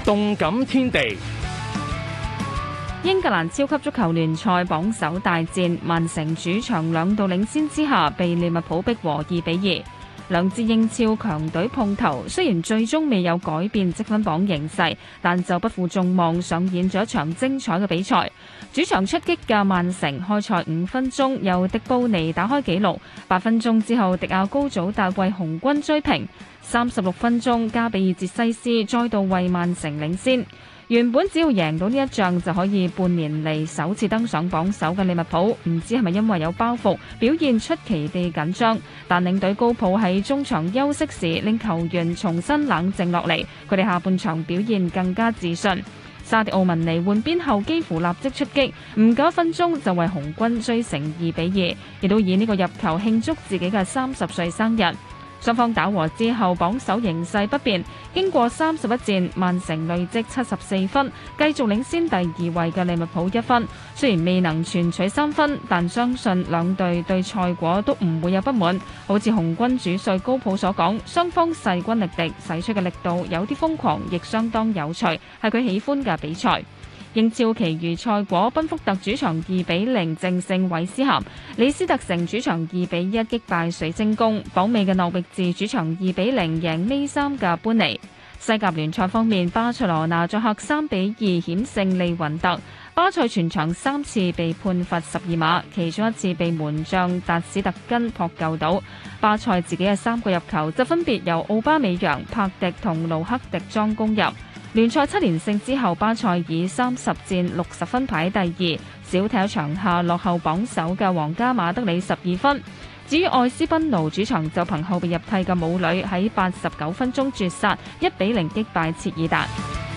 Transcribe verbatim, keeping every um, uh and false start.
動感天地。 英格蘭超級足球聯賽榜首大戰，曼城主場兩度領先之下，被利物浦逼和二比二。兩支英超強隊碰頭，雖然最終未有改變積分榜形勢，但就不負眾望，上演咗一場精彩嘅比賽。主場出擊嘅曼城開賽五分鐘由迪布尼打開紀錄，八分鐘之後迪亞高祖達為紅軍追平，三十六分鐘加比爾捷西斯再度為曼城領先。原本只要贏到呢一仗就可以半年嚟首次登上榜首嘅利物浦，唔知係咪因為有包袱，表現出奇地緊張。但領隊高普喺中場休息時令球員重新冷靜落嚟，佢哋下半場表現更加自信。沙迪奧文尼換邊後幾乎立即出擊，唔夠一分鐘就為紅軍追成二比二，亦都以呢個入球慶祝自己嘅三十歲生日。雙方打和之後，榜首形勢不變。經過三十一戰，曼城累積七十四分，繼續領先第二位嘅利物浦一分。雖然未能全取三分，但相信兩隊對賽果都唔會有不滿。好似紅軍主帥高普所講，雙方勢均力敵，使出嘅力度有啲瘋狂，亦相當有趣，係佢喜歡嘅比賽。英超其餘賽果，賓福特主場二比零淨勝韋斯咸，李斯特城主場二比一擊敗水晶宮，榜尾嘅諾域治主場二比零贏尾三嘅般尼。西甲聯賽方面，巴塞羅那作客三比二險勝利雲特，巴塞全場三次被判罰十二碼，其中一次被門將達史特根撲救到。巴塞自己嘅三個入球就分別由奧巴美揚、柏迪同盧克迪莊攻入。聯賽七連勝之後，巴塞以三十戰六十分排第二，少踢場下落後榜首嘅皇家馬德里十二分。至於愛斯賓奴主場就憑後備入替嘅武磊喺八十九分鐘絕殺，一比零擊敗切爾達。